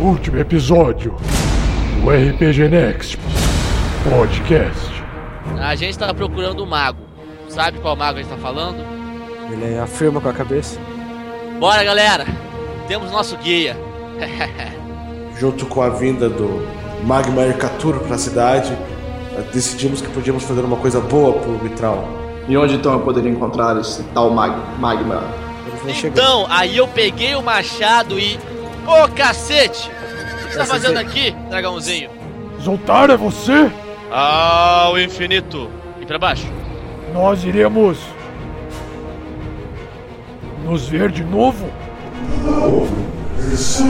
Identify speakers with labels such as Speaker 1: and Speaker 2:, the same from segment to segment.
Speaker 1: Último episódio do RPG Next Podcast.
Speaker 2: A gente tá procurando um mago. Sabe qual mago a gente tá falando?
Speaker 3: Ele afirma com a cabeça.
Speaker 2: Bora, galera! Temos nosso guia.
Speaker 4: Junto com a vinda do Magma Ercatur pra cidade, decidimos que podíamos fazer uma coisa boa pro Mitral.
Speaker 5: E onde então eu poderia encontrar esse tal magma?
Speaker 2: Então, aí eu peguei o machado e... Ô, cacete! O que você tá fazendo aqui, dragãozinho?
Speaker 1: Zoltar, é você?
Speaker 2: Ao infinito. E pra baixo?
Speaker 1: Nós iremos... nos ver de novo?
Speaker 2: Você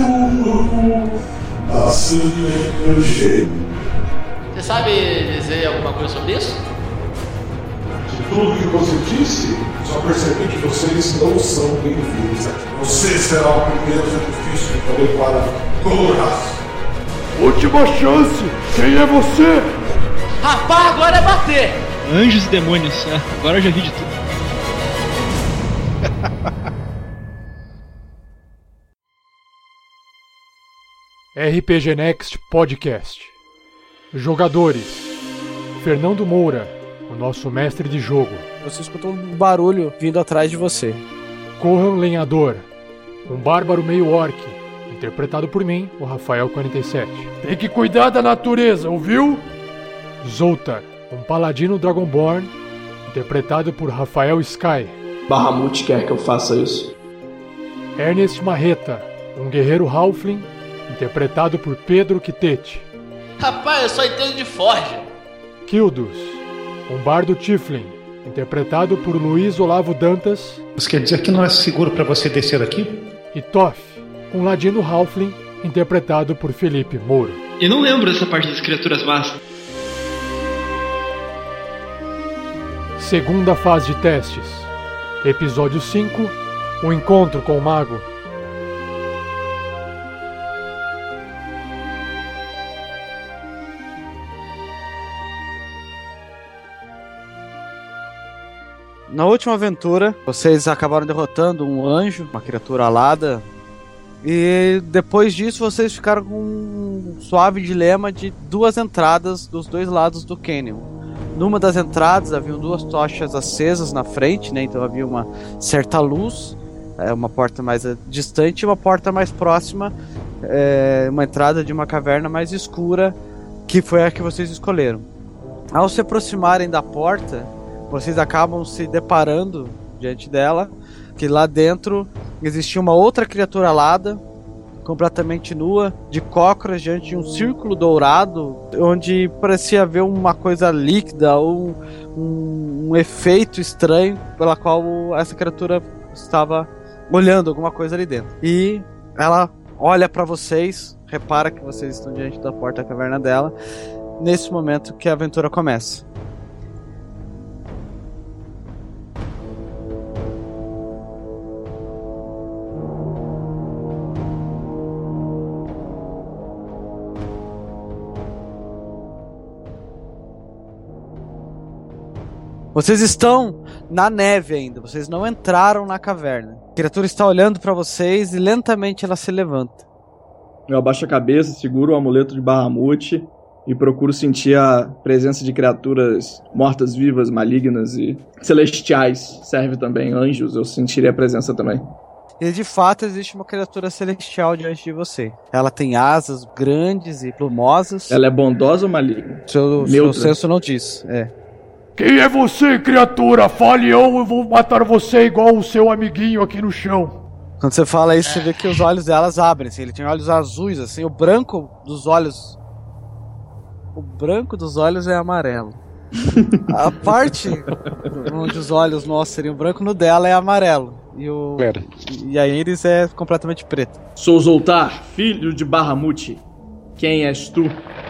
Speaker 2: sabe dizer alguma coisa sobre isso?
Speaker 6: De tudo que você disse, só percebi que vocês não são bem-vindos aqui. Você será o primeiro sacrifício também para Coloraço.
Speaker 1: Última chance! Quem é você?
Speaker 2: Rapaz, agora é bater!
Speaker 7: Anjos e demônios, agora eu já vi de tudo.
Speaker 1: RPG Next Podcast. Jogadores: Fernando Moura, o nosso mestre de jogo.
Speaker 3: Você escuta um barulho vindo atrás de você.
Speaker 1: Corran Lenhador, um bárbaro meio orc, interpretado por mim, o Rafael 47. Tem que cuidar da natureza, ouviu? Zoltar, um paladino Dragonborn, interpretado por Rafael Sky.
Speaker 5: Bahamut quer que eu faça isso.
Speaker 1: Ernest Marreta, um guerreiro halfling, interpretado por Pedro Quitete.
Speaker 2: Rapaz, eu só entendo de forja.
Speaker 1: Kildos, um bardo Tiflin, interpretado por Luiz Olavo Dantas.
Speaker 8: Isso quer dizer que não é seguro para você descer daqui?
Speaker 1: E Toff, um ladino halfling, interpretado por Felipe Mouro.
Speaker 7: Eu não lembro dessa parte das criaturas más.
Speaker 1: Segunda fase de testes. Episódio 5, o encontro com o mago.
Speaker 3: Na última aventura, vocês acabaram derrotando um anjo, uma criatura alada. E depois disso, vocês ficaram com um suave dilema de duas entradas dos dois lados do cânion. Numa das entradas, haviam duas tochas acesas na frente, né? Então havia uma certa luz, uma porta mais distante e uma porta mais próxima, uma entrada de uma caverna mais escura, que foi a que vocês escolheram. Ao se aproximarem da porta, vocês acabam se deparando diante dela, que lá dentro existia uma outra criatura alada, completamente nua, de cócoras, diante de um círculo dourado, onde parecia haver uma coisa líquida ou um efeito estranho pela qual essa criatura estava olhando alguma coisa ali dentro. E ela olha para vocês, repara que vocês estão diante da porta da caverna dela, nesse momento que a aventura começa. Vocês estão na neve ainda, vocês não entraram na caverna. A criatura está olhando para vocês e lentamente ela se levanta.
Speaker 5: Eu abaixo a cabeça, seguro o amuleto de Bahamut e procuro sentir a presença de criaturas mortas-vivas, malignas e celestiais. Serve também anjos, eu sentiria a presença também.
Speaker 3: E de fato existe uma criatura celestial diante de você. Ela tem asas grandes e plumosas.
Speaker 5: Ela é bondosa ou maligna?
Speaker 3: Seu senso não diz,
Speaker 1: Quem é você, criatura? Fale ou eu vou matar você igual o seu amiguinho aqui no chão.
Speaker 3: Quando você fala isso, você vê que os olhos delas abrem, assim, ele tem olhos azuis, assim, o branco dos olhos é amarelo. A parte onde os olhos nossos seriam branco, no dela é amarelo. E a íris é completamente preta.
Speaker 5: Sou Zoltar, filho de Bahamut. Quem és tu?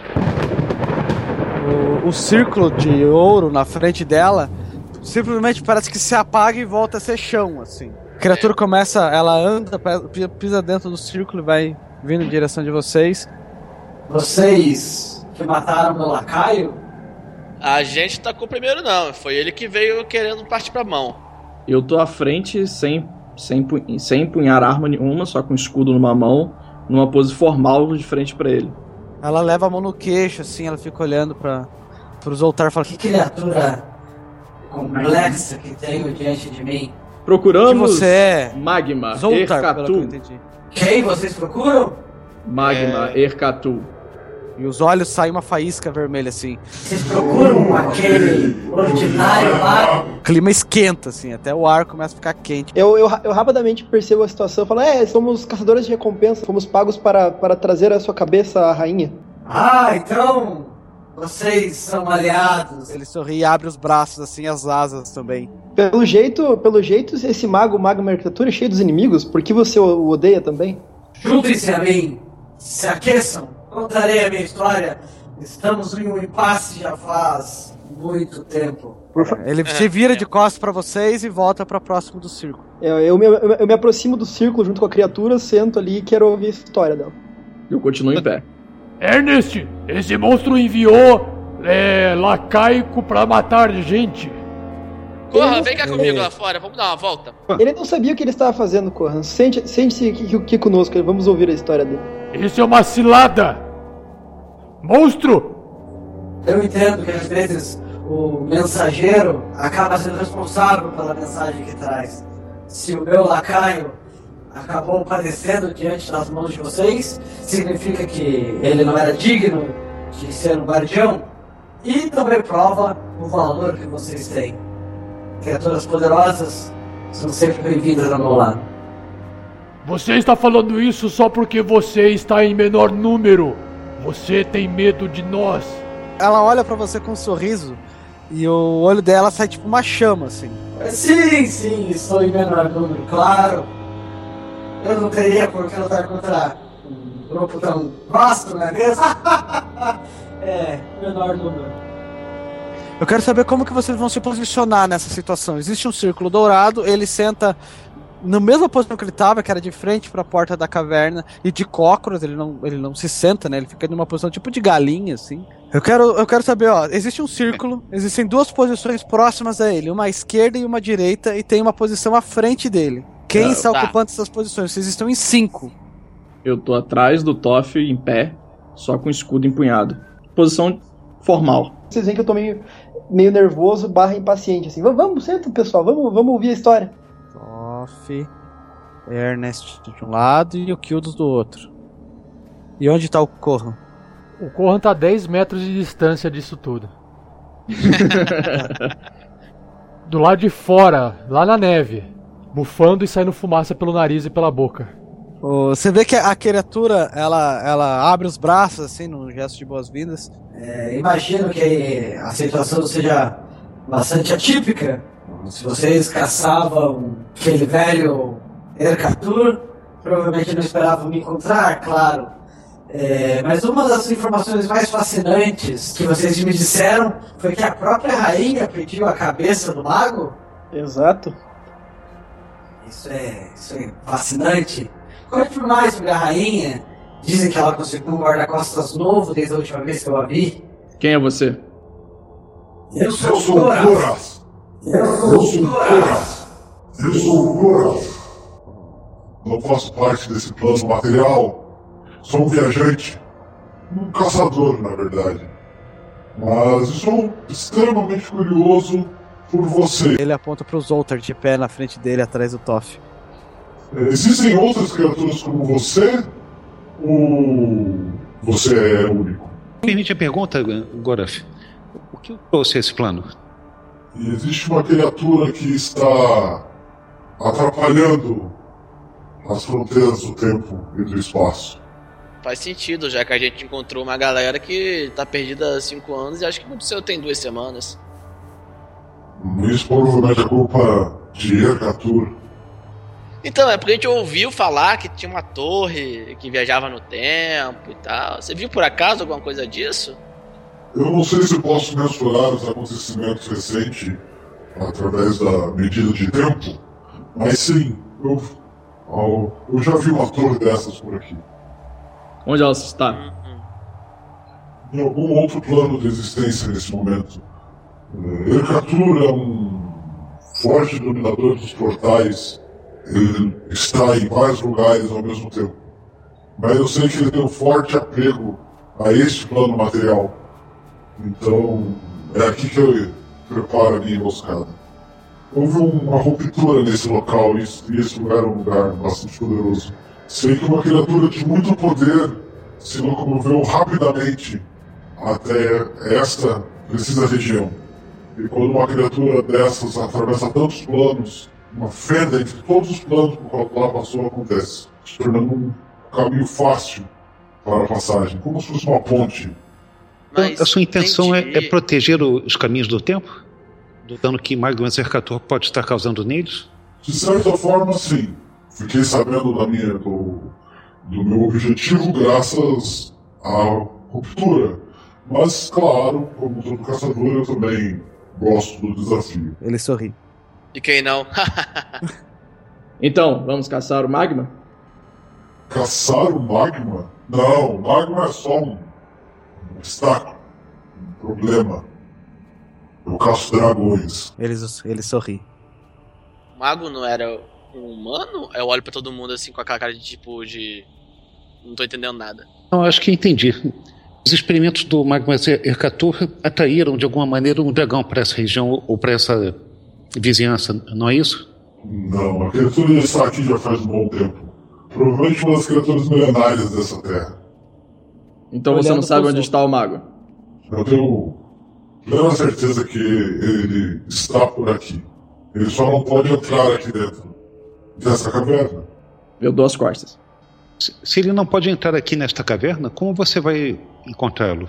Speaker 3: O círculo de ouro na frente dela simplesmente parece que se apaga e volta a ser chão, assim. A criatura começa, ela anda, pisa dentro do círculo e vai vindo em direção de vocês. Vocês que mataram meu lacaio?
Speaker 2: A gente tacou primeiro não, foi ele que veio querendo partir pra mão.
Speaker 5: Eu tô à frente sem empunhar arma nenhuma, só com escudo numa mão numa pose formal de frente pra ele.
Speaker 3: Ela leva a mão no queixo, assim, ela fica olhando pro Zoltar e fala:
Speaker 9: Que criatura complexa que tenho diante de mim.
Speaker 5: Procuramos
Speaker 3: que você é?
Speaker 5: Magma,
Speaker 3: Zoltar, pelo que eu
Speaker 5: Erkatu.
Speaker 3: entendi.
Speaker 9: Quem vocês procuram?
Speaker 5: Magma, Erkatu.
Speaker 3: E os olhos saem uma faísca vermelha, assim.
Speaker 9: Vocês procuram aquele ordinário lá?
Speaker 3: O clima esquenta, assim, até o ar começa a ficar quente.
Speaker 10: Eu rapidamente percebo a situação e falo: somos caçadores de recompensa, fomos pagos para trazer a sua cabeça à rainha.
Speaker 9: Ah, então vocês são aliados.
Speaker 3: Ele sorri e abre os braços, assim, as asas também.
Speaker 10: Pelo jeito, esse Magma Arquitetura é cheio dos inimigos. Por que você o odeia também?
Speaker 9: Juntem-se a mim, se aqueçam, contarei a minha história. Estamos em um impasse já faz muito tempo.
Speaker 3: Ele se vira de costas pra vocês e volta pra próximo do círculo.
Speaker 10: Eu me aproximo do círculo junto com a criatura, sento ali e quero ouvir a história dela.
Speaker 5: Eu continuo em pé.
Speaker 1: Ernest, esse monstro enviou lacaico pra matar gente.
Speaker 2: Corra, vem cá comigo lá fora, vamos dar uma volta.
Speaker 10: Ele não sabia o que ele estava fazendo, Corran. Sente-se aqui conosco, vamos ouvir a história dele.
Speaker 1: Isso é uma cilada! Monstro!
Speaker 9: Eu entendo que às vezes o mensageiro acaba sendo responsável pela mensagem que traz. Se o meu lacaio acabou padecendo diante das mãos de vocês, significa que ele não era digno de ser um guardião, e também prova o valor que vocês têm. Criaturas poderosas são sempre bem-vindas ao meu lado.
Speaker 1: Você está falando isso só porque você está em menor número. Você tem medo de nós.
Speaker 3: Ela olha pra você com um sorriso e o olho dela sai tipo uma chama, assim.
Speaker 9: Sim, estou em menor número, claro. Eu não teria por que lutar contra um grupo tão vasto, não é mesmo? Menor número.
Speaker 3: Eu quero saber como que vocês vão se posicionar nessa situação. Existe um círculo dourado, ele senta na mesma posição que ele estava, que era de frente para a porta da caverna, e de cócoras, ele não se senta, né? Ele fica numa posição tipo de galinha, assim. Eu quero saber, existe um círculo, existem duas posições próximas a ele, uma à esquerda e uma à direita, e tem uma posição à frente dele. Quem está ocupando essas posições? Vocês estão em 5.
Speaker 5: Eu tô atrás do Toff em pé, só com o escudo empunhado. Posição formal.
Speaker 10: Vocês veem que eu tô meio nervoso / impaciente, assim. Vamos, senta, pessoal, vamos ouvir a história.
Speaker 3: Toff, Ernest de um lado e o Kildos do outro. E onde tá o Corran?
Speaker 1: O Corran tá a 10 metros de distância disso tudo. Do lado de fora, lá na neve, bufando e saindo fumaça pelo nariz e pela boca.
Speaker 3: Você vê que a criatura, ela abre os braços, assim, num gesto de boas-vindas.
Speaker 9: Imagino que a situação seja bastante atípica. Se vocês caçavam aquele velho Erkatur, provavelmente não esperavam me encontrar, claro. Mas uma das informações mais fascinantes que vocês me disseram foi que a própria rainha pediu a cabeça do mago?
Speaker 10: Exato.
Speaker 9: Isso é fascinante. Conte mais sobre a rainha. Dizem que ela conseguiu um guarda-costas novo desde a última vez que eu a vi.
Speaker 5: Quem é você?
Speaker 9: Eu sou o Goras.
Speaker 6: Eu sou o Goras. Não faço parte desse plano material. Sou um viajante. Um caçador, na verdade. Mas estou extremamente curioso por você.
Speaker 3: Ele aponta pro Zoltar de pé na frente dele, atrás do Toff.
Speaker 6: Existem outras criaturas como você? Ou você é único?
Speaker 8: Permite a pergunta, Goraf. O que trouxe esse plano?
Speaker 6: E existe uma criatura que está atrapalhando as fronteiras do tempo e do espaço.
Speaker 2: Faz sentido, já que a gente encontrou uma galera que tá perdida há 5 anos e acho que aconteceu tem 2 semanas.
Speaker 6: Isso provavelmente é culpa de Erkatur.
Speaker 2: Então, é porque a gente ouviu falar que tinha uma torre que viajava no tempo e tal. Você viu por acaso alguma coisa disso?
Speaker 6: Eu não sei se posso mensurar os acontecimentos recentes através da medida de tempo, mas sim, eu já vi uma torre dessas por aqui.
Speaker 5: Onde ela está?
Speaker 6: Em algum outro plano de existência nesse momento. Erkatur é um forte dominador dos portais. Ele está em vários lugares ao mesmo tempo. mas eu sei que ele tem um forte apego a este plano material. Então, é aqui que eu preparo a minha emboscada. Houve uma ruptura nesse local, e esse lugar é um lugar bastante poderoso. Sei que uma criatura de muito poder se locomoveu rapidamente até esta precisa região. E quando uma criatura dessas atravessa tantos planos, uma fenda entre todos os planos por qual ela passou acontece, se tornando um caminho fácil para a passagem, como se fosse uma ponte.
Speaker 8: Mas a sua intenção é proteger os caminhos do tempo? Do dano que Magma Zercator pode estar causando neles?
Speaker 6: De certa forma, sim. Fiquei sabendo do meu objetivo graças à ruptura. Mas, claro, como todo caçador, eu também gosto do desafio.
Speaker 3: Ele sorri.
Speaker 2: E quem não?
Speaker 5: Então, vamos caçar o magma?
Speaker 6: Caçar o magma? Não, o magma é só um obstáculo, um problema. Eu caço dragões.
Speaker 3: Ele sorri.
Speaker 2: O mago não era um humano? Eu olho pra todo mundo assim com aquela cara de tipo de... Não tô entendendo nada.
Speaker 8: Não, acho que entendi. Os experimentos do Magma Zercator atraíram de alguma maneira um dragão para essa região ou para essa vizinhança, não é isso?
Speaker 6: Não, a criatura já está aqui já faz um bom tempo. Provavelmente uma das criaturas milenárias dessa terra.
Speaker 5: Então você não sabe onde está o mago?
Speaker 6: Eu tenho plena certeza que ele está por aqui. Ele só não pode entrar aqui dentro dessa caverna.
Speaker 5: Eu dou as costas.
Speaker 8: Se ele não pode entrar aqui nesta caverna, como você vai encontrá-lo?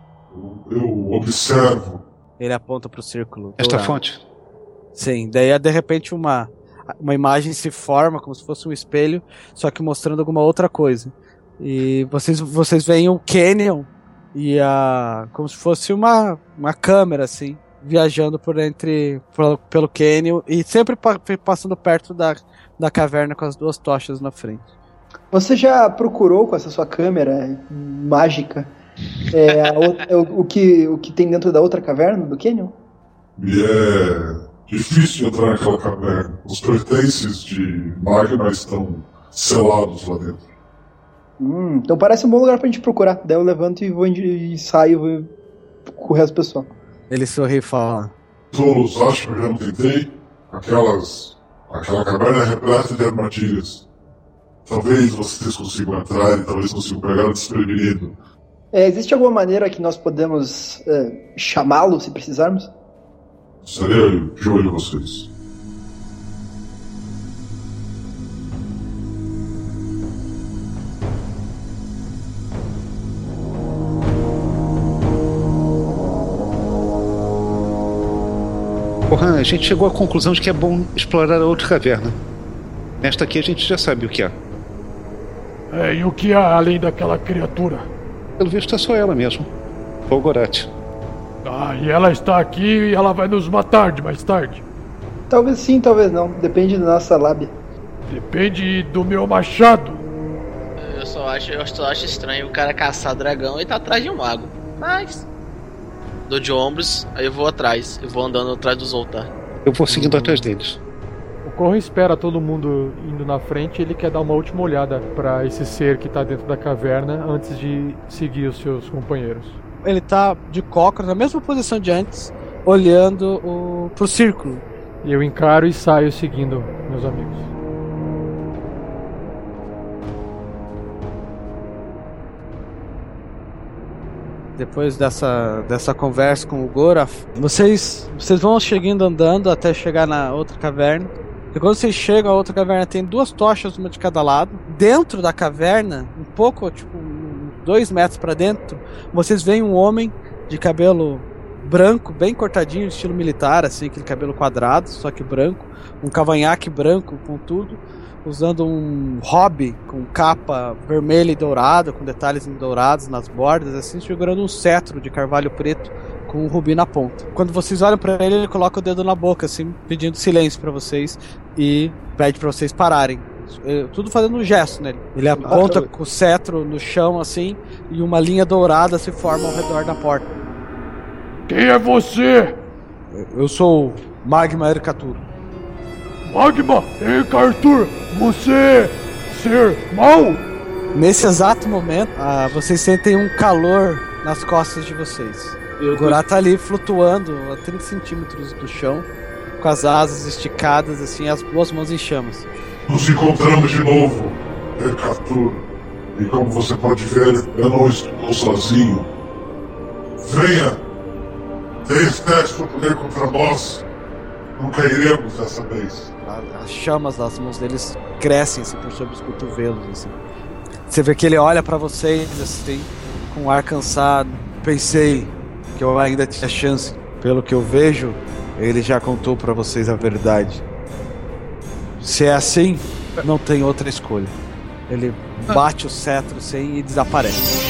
Speaker 6: Eu observo.
Speaker 3: Ele aponta pro círculo.
Speaker 8: Esta
Speaker 3: dourado.
Speaker 8: fonte?
Speaker 3: Sim, daí de repente uma imagem se forma como se fosse um espelho, só que mostrando alguma outra coisa. E vocês veem o Canyon e como se fosse uma câmera assim, viajando pelo Canyon e sempre passando perto da caverna com as duas tochas na frente.
Speaker 10: Você já procurou com essa sua câmera mágica o que tem dentro da outra caverna do Canyon?
Speaker 6: E é difícil entrar naquela caverna. Os pertences de magma estão selados lá dentro.
Speaker 10: Então parece um bom lugar pra gente procurar. Daí eu levanto e saio com o resto do pessoal.
Speaker 3: Ele sorri e fala:
Speaker 6: Todos acham que eu já não tentei? Aquela caverna é repleta de armadilhas. Talvez vocês consigam entrar e talvez consigam pegar o desprevenido.
Speaker 10: Existe alguma maneira que nós podemos chamá-lo se precisarmos?
Speaker 6: Estarei de olho em vocês.
Speaker 8: Porra, a gente chegou à conclusão de que é bom explorar a outra caverna. Nesta aqui a gente já sabe o que há.
Speaker 1: E o que há além daquela criatura?
Speaker 8: Pelo visto é só ela mesmo. Golgoroth.
Speaker 1: E ela está aqui e ela vai nos matar mais tarde.
Speaker 10: Talvez sim, talvez não. Depende da nossa lábia.
Speaker 1: Depende do meu machado.
Speaker 2: Eu só acho estranho o cara caçar dragão e tá atrás de um mago. Mas... Dou de ombros, aí eu vou atrás. Eu vou andando atrás do Zoltar.
Speaker 8: Eu vou seguindo atrás deles.
Speaker 1: O Corro espera todo mundo indo na frente e ele quer dar uma última olhada pra esse ser que tá dentro da caverna antes de seguir os seus companheiros. Ele tá de cócoras, na mesma posição de antes, olhando pro círculo. E eu encaro e saio seguindo meus amigos. Depois dessa conversa com o Gorath, vocês vão chegando andando até chegar na outra caverna. E quando vocês chegam à outra caverna, tem duas tochas, uma de cada lado. Dentro da caverna, um pouco, 2 metros para dentro, vocês veem um homem de cabelo branco, bem cortadinho, estilo militar, assim, aquele cabelo quadrado, só que branco, um cavanhaque branco com tudo, usando um hobby com capa vermelha e dourada, com detalhes dourados nas bordas, assim, segurando um cetro de carvalho preto com um rubi na ponta. Quando vocês olham pra ele, ele coloca o dedo na boca, assim, pedindo silêncio pra vocês e pede pra vocês pararem. Tudo fazendo um gesto nele. Ele aponta com o cetro no chão, assim, e uma linha dourada se forma ao redor da porta. Quem é você? Eu sou Magma Ercatur. Magma Ercatur, você ser mau?
Speaker 3: Nesse exato momento, vocês sentem um calor nas costas de vocês. O Gorath tá ali flutuando a 30 centímetros do chão, com as asas esticadas, assim, as duas mãos em chamas.
Speaker 6: Nos encontramos de novo, Erkatur. E como você pode ver, eu não estou sozinho. Venha! Tenha teste para poder contra nós. Não cairemos dessa vez.
Speaker 3: As chamas das mãos deles crescem assim, por sobre os cotovelos. Assim. Você vê que ele olha pra vocês assim, com um ar cansado. Pensei que eu ainda tinha chance. Pelo que eu vejo, ele já contou pra vocês a verdade. Se é assim, não tem outra escolha. Ele bate o cetro assim e desaparece.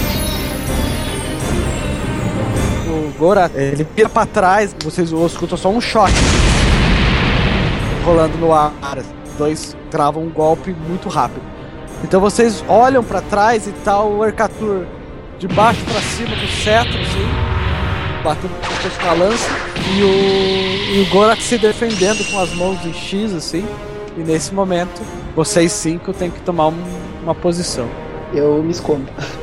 Speaker 3: O Gorath, ele vira pra trás, vocês escutam só um choque rolando no ar. Os dois travam um golpe muito rápido. Então vocês olham pra trás e tá o Erkatur de baixo pra cima do cetro, assim, batendo com a lança, e o Gorath se defendendo com as mãos em X, assim. E nesse momento, vocês 5 têm que tomar uma posição.
Speaker 10: Eu me escondo.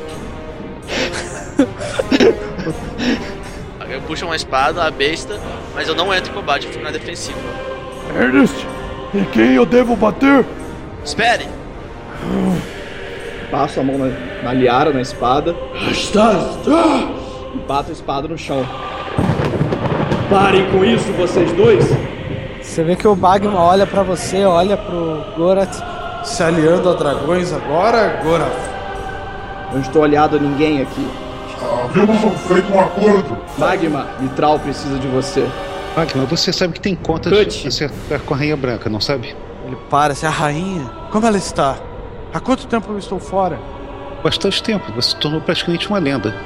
Speaker 2: Eu puxo uma espada, a besta, mas eu não entro em combate, eu fico na defensiva.
Speaker 1: Ernest, em quem eu devo bater?
Speaker 2: Espere!
Speaker 5: Passo a mão na liara, na espada.
Speaker 1: Está.
Speaker 5: E bato a espada no chão. Parem com isso, vocês dois!
Speaker 3: Você vê que o Magma olha pra você, olha pro Gorath.
Speaker 4: Se aliando a dragões agora, Gorath?
Speaker 5: Não estou aliado a ninguém aqui.
Speaker 6: Havíamos feito um acordo.
Speaker 5: Magma, Mitral precisa de você.
Speaker 8: Magma, você sabe que tem contas de acertar com a Rainha Branca, não sabe?
Speaker 3: Ele para, a rainha? Como ela está? Há quanto tempo eu estou fora?
Speaker 8: Bastante tempo, você se tornou praticamente uma lenda.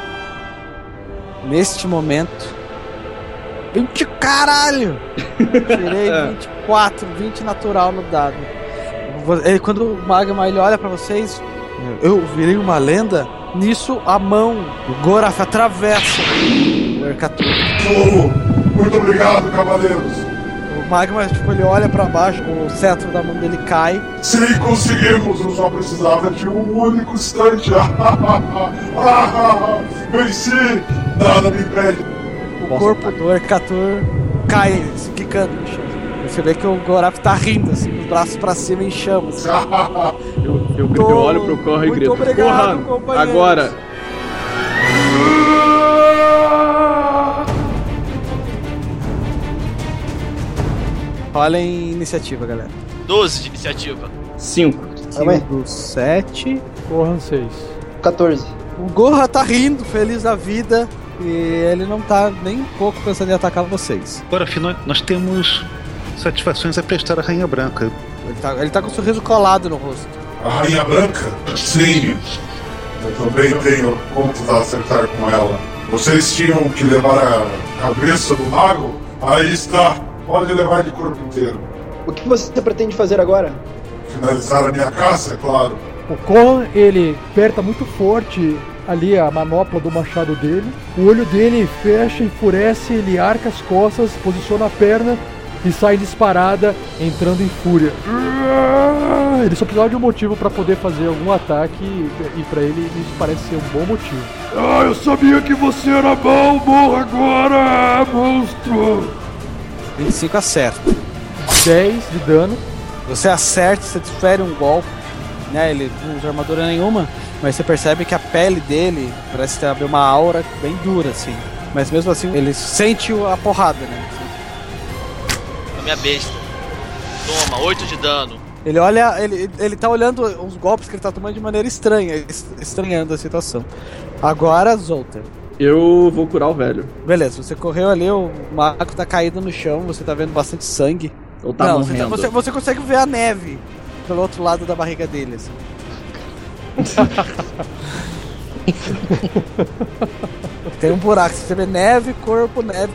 Speaker 3: Neste momento... 20 caralho! Tirei 24, 20 natural no dado. Quando o Magma ele olha pra vocês, eu virei uma lenda. Nisso, a mão do Gorath atravessa o Erkatur.
Speaker 6: Muito obrigado, cavaleiros.
Speaker 3: O Magma, ele olha pra baixo, o cetro da mão dele cai.
Speaker 6: Sim, conseguimos. Eu só precisava de um único instante. Venci. Nada me impede.
Speaker 3: O corpo do Erkatur cai, se quicando no chão. Você vê que o Gorath tá rindo, assim, os braços pra cima em chamas.
Speaker 5: Eu olho pro Corra e grito:
Speaker 3: obrigado,
Speaker 5: Corra, agora!
Speaker 3: Olha em iniciativa, galera.
Speaker 2: 12 de iniciativa.
Speaker 5: 5.
Speaker 3: 7.
Speaker 1: Corram 6.
Speaker 10: 14.
Speaker 3: O Gorra tá rindo, feliz da vida. E ele não tá nem um pouco pensando em atacar vocês.
Speaker 8: Agora, afinal, nós temos satisfações a prestar à Rainha Branca.
Speaker 3: Ele tá com um sorriso colado no rosto.
Speaker 6: A Rainha Branca? Sim. Eu também tenho contas a acertar com ela. Vocês tinham que levar a cabeça do mago? Aí está. Pode levar de corpo inteiro.
Speaker 10: O que você pretende fazer agora?
Speaker 6: Finalizar a minha caça, é claro.
Speaker 1: O Corran, ele aperta muito forte ali a manopla do machado dele. O olho dele fecha, enfurece, ele arca as costas, posiciona a perna e sai disparada, entrando em fúria. Ele só precisava de um motivo para poder fazer algum ataque e para ele isso parece ser um bom motivo. Eu sabia que você era bom, morra agora, monstro!
Speaker 3: 25 acerta.
Speaker 1: 10 de dano.
Speaker 3: Você acerta, você desfere um golpe, né? Ele não usa armadura nenhuma, mas você percebe que a pele dele parece ter uma aura bem dura, assim. Mas mesmo assim, ele sente a porrada, né?
Speaker 2: A minha besta. Toma, 8 de dano.
Speaker 3: Ele olha, ele tá olhando os golpes que ele tá tomando de maneira estranha, estranhando a situação. Agora, Zoltan.
Speaker 5: Eu vou curar o velho.
Speaker 3: Beleza, você correu ali, o mago tá caído no chão, você tá vendo bastante sangue.
Speaker 5: Ou tá morrendo.
Speaker 3: Você consegue ver a neve pelo outro lado da barriga dele, assim. Tem um buraco, você vê neve, corpo, neve.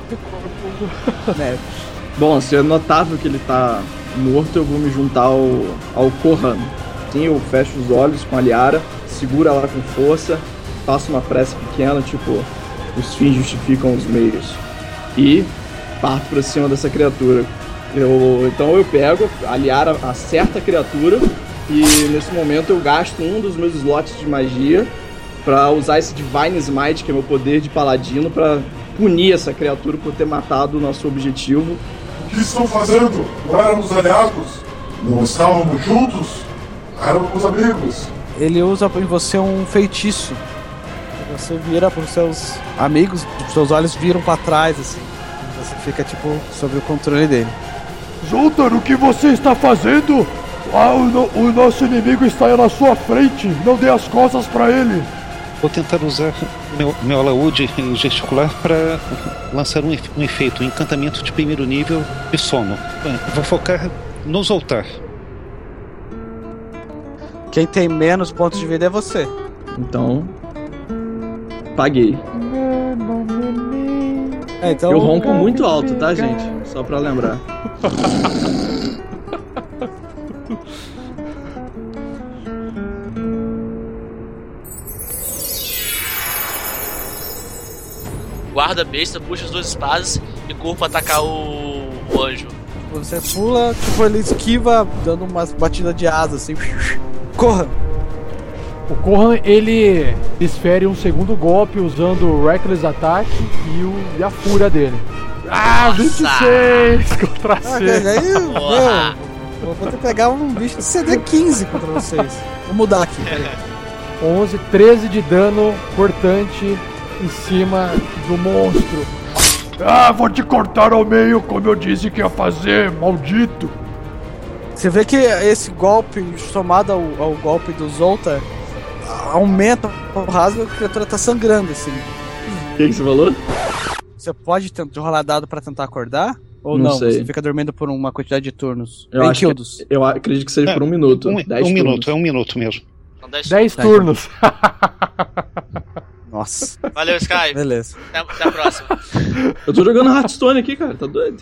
Speaker 5: Bom, se é notável que ele tá morto, eu vou me juntar ao Corran. Sim, eu fecho os olhos com a liara, seguro ela com força, faço uma prece pequena, tipo, os fins justificam os meios. E parto pra cima dessa criatura. Então eu pego, a liara acerta a criatura, E nesse momento eu gasto um dos meus slots de magia pra usar esse Divine Smite, que é meu poder de paladino, pra punir essa criatura por ter matado o nosso objetivo.
Speaker 6: O que estão fazendo? Não éramos aliados? Não estávamos juntos? Éramos amigos.
Speaker 3: Ele usa em você um feitiço. Você vira pros seus amigos, seus olhos viram pra trás, assim. Você fica, tipo, sob o controle dele.
Speaker 1: Zoltar, o que você está fazendo? O nosso inimigo está na sua frente. Não dê as costas pra ele.
Speaker 8: Vou tentar usar meu alaúde gesticular para lançar um efeito, um encantamento de primeiro nível de sono. Vou focar no Zoltar.
Speaker 3: Quem tem menos pontos de vida é você.
Speaker 5: Então, paguei.
Speaker 3: Então,
Speaker 5: eu ronco muito alto, tá, gente? Só pra lembrar.
Speaker 2: Guarda a besta, puxa as 2 espadas e corro pra atacar o anjo.
Speaker 3: Você pula, tipo, ele esquiva, dando umas batidas de asa, assim. Corra!
Speaker 1: O Corran, ele desfere um segundo golpe usando o Reckless Attack e a fúria dele. Ah,
Speaker 2: Nossa!
Speaker 1: 26 contra 6.
Speaker 3: Aí, vou ter que pegar um bicho de CD 15 contra vocês. Vou mudar aqui, peraí.
Speaker 1: 11, 13 de dano cortante em cima do monstro. Ah, vou te cortar ao meio, como eu disse que ia fazer, maldito.
Speaker 3: Você vê que esse golpe, somado ao golpe do Zoltar, aumenta o rasgo e a criatura tá sangrando, assim.
Speaker 5: O que você falou?
Speaker 3: Você pode rolar dado pra tentar acordar? Ou não?
Speaker 5: Sei.
Speaker 3: Você fica dormindo por uma quantidade de turnos?
Speaker 5: Eu acredito que seja por 1 minuto. 10
Speaker 8: minuto, é 1 minuto mesmo.
Speaker 2: 10
Speaker 1: turnos.
Speaker 3: Nossa.
Speaker 2: Valeu, Sky.
Speaker 3: Beleza.
Speaker 2: Até a próxima.
Speaker 5: Eu tô jogando Hearthstone aqui, cara. Tá doido?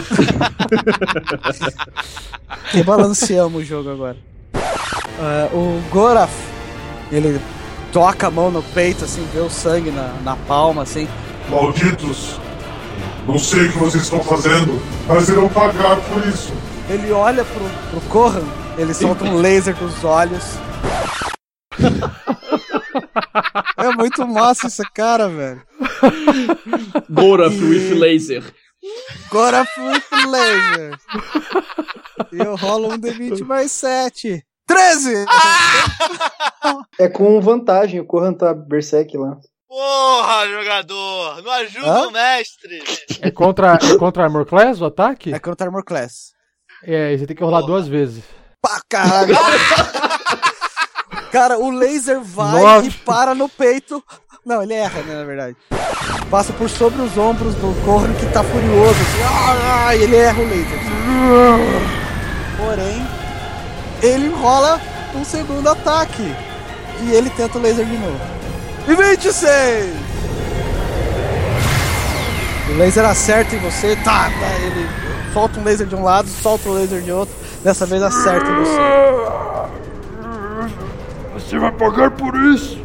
Speaker 3: Rebalanceamos o jogo agora. O Goraf, ele toca a mão no peito, assim, vê o sangue na palma, assim.
Speaker 6: Malditos! Não sei o que vocês estão fazendo, mas irão pagar por isso.
Speaker 3: Ele olha pro Corran, ele solta um laser dos olhos. É muito massa esse cara, velho.
Speaker 5: Goraf with laser.
Speaker 3: Goraf with laser. E eu rolo um D20 mais 7. 13!
Speaker 10: É com vantagem, o Corran tá berserk lá.
Speaker 2: Porra, jogador! Não ajuda o mestre!
Speaker 1: É contra Armor Class o ataque?
Speaker 3: É contra Armor Class.
Speaker 1: É, você tem que rolar 2 vezes.
Speaker 3: Pá, caralho! Cara, o laser vai e para no peito. Não, ele erra, né, na verdade. Passa por sobre os ombros do Corran, que tá furioso. Assim, e ele erra o laser. Porém, ele rola um segundo ataque. E ele tenta o laser de novo. E 26! O laser acerta em você. Ele solta um laser de um lado, solta o laser de outro. Dessa vez acerta em você.
Speaker 1: Você vai pagar por isso!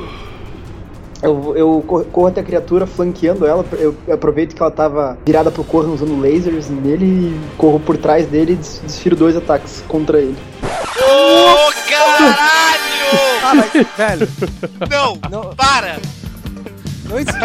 Speaker 10: Eu corro até a criatura, flanqueando ela. Eu aproveito que ela tava virada pro Corran usando lasers nele e corro por trás dele e desfiro 2 ataques contra ele.
Speaker 2: Ô, caralho!
Speaker 3: Mas, velho.
Speaker 2: Não, para!
Speaker 3: Não existe.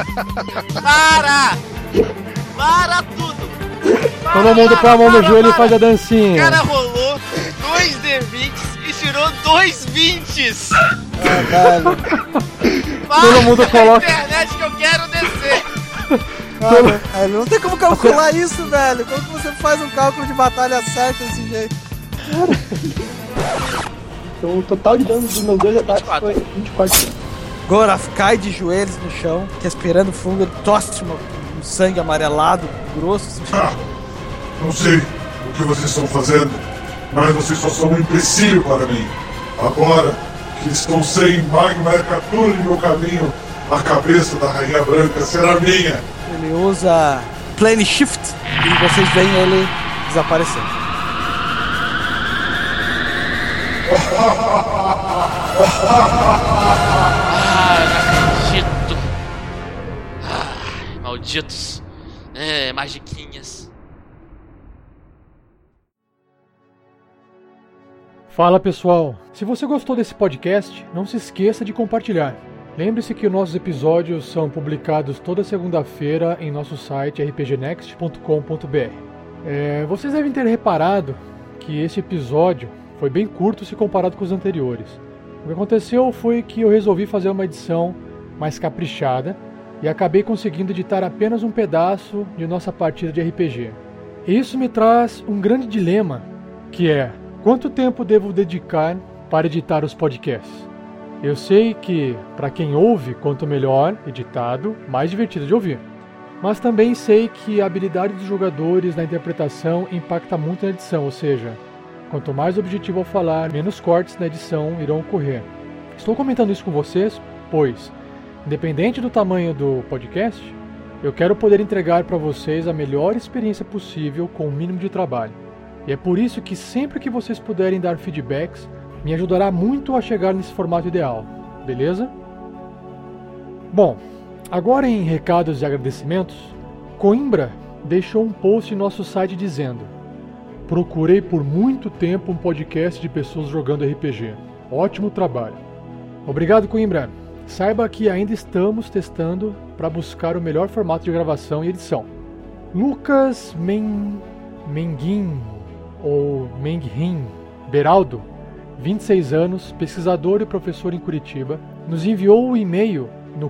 Speaker 2: Para tudo!
Speaker 1: Todo mundo põe a mão no joelho e faz a dancinha.
Speaker 2: O cara rolou 2 D20s e tirou 2 20s!
Speaker 3: Caralho.
Speaker 1: Todo mundo coloca.
Speaker 2: Internet que eu quero descer!
Speaker 3: Cara, não tem como calcular isso, velho. Como que você faz um cálculo de batalha certo desse jeito?
Speaker 10: Então o total de dano dos meus 2 ataques 24. Foi 24.
Speaker 3: Goraf cai de joelhos no chão, respirando fundo, tosse um sangue amarelado, grosso.
Speaker 6: Não sei o que vocês estão fazendo, mas vocês só são um empecilho para mim. Agora que estão sem Magma Mercatura em meu caminho, a cabeça da Rainha Branca será minha.
Speaker 3: Ele usa Plane Shift e vocês veem ele desaparecendo.
Speaker 2: Não acredito. Malditos. Magiquinhas.
Speaker 1: Fala pessoal, se você gostou desse podcast, não se esqueça de compartilhar. Lembre-se que nossos episódios são publicados toda segunda-feira em nosso site rpgnext.com.br. Vocês devem ter reparado que esse episódio foi bem curto se comparado com os anteriores. O que aconteceu foi que eu resolvi fazer uma edição mais caprichada e acabei conseguindo editar apenas um pedaço de nossa partida de RPG. E isso me traz um grande dilema, que é: quanto tempo devo dedicar para editar os podcasts? Eu sei que, para quem ouve, quanto melhor editado, mais divertido de ouvir. Mas também sei que a habilidade dos jogadores na interpretação impacta muito na edição, ou seja, quanto mais objetivo ao falar, menos cortes na edição irão ocorrer. Estou comentando isso com vocês, pois, independente do tamanho do podcast, eu quero poder entregar para vocês a melhor experiência possível com o mínimo de trabalho. E é por isso que sempre que vocês puderem dar feedbacks, me ajudará muito a chegar nesse formato ideal, beleza? Bom, agora em recados e agradecimentos, Coimbra deixou um post em nosso site dizendo: procurei por muito tempo um podcast de pessoas jogando RPG. Ótimo trabalho. Obrigado, Coimbra. Saiba que ainda estamos testando para buscar o melhor formato de gravação e edição. Lucas Menguin ou Menghin Beraldo, 26 anos, pesquisador e professor em Curitiba, nos enviou um e-mail no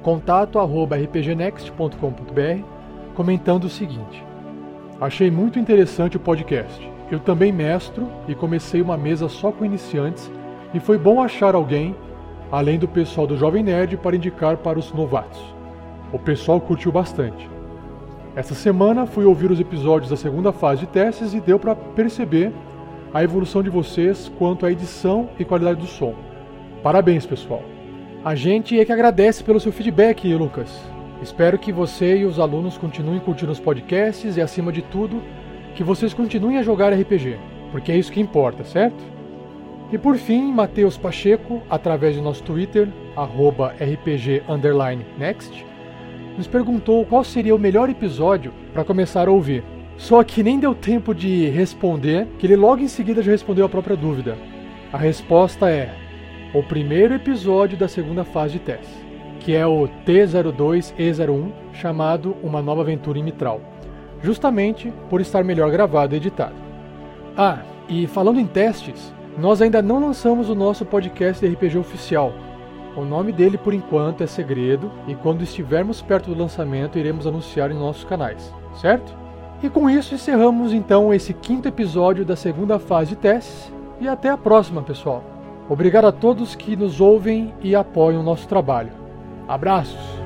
Speaker 1: contato@rpgnext.com.br comentando o seguinte: achei muito interessante o podcast. Eu também mestro e comecei uma mesa só com iniciantes e foi bom achar alguém, além do pessoal do Jovem Nerd, para indicar para os novatos. O pessoal curtiu bastante. Essa semana fui ouvir os episódios da segunda fase de testes e deu para perceber a evolução de vocês quanto à edição e qualidade do som. Parabéns, pessoal. A gente é que agradece pelo seu feedback, Lucas. Espero que você e os alunos continuem curtindo os podcasts e, acima de tudo, que vocês continuem a jogar RPG, porque é isso que importa, certo? E por fim, Matheus Pacheco, através do nosso Twitter, @rpg_next, nos perguntou qual seria o melhor episódio para começar a ouvir. Só que nem deu tempo de responder, que ele logo em seguida já respondeu a própria dúvida. A resposta é o primeiro episódio da segunda fase de teste, que é o T02E01, chamado Uma Nova Aventura em Mitral, justamente por estar melhor gravado e editado. Ah, e falando em testes, nós ainda não lançamos o nosso podcast de RPG oficial. O nome dele por enquanto é segredo e quando estivermos perto do lançamento iremos anunciar em nossos canais, certo? E com isso encerramos então esse 5º episódio da segunda fase de testes e até a próxima, pessoal. Obrigado a todos que nos ouvem e apoiam o nosso trabalho. Abraços!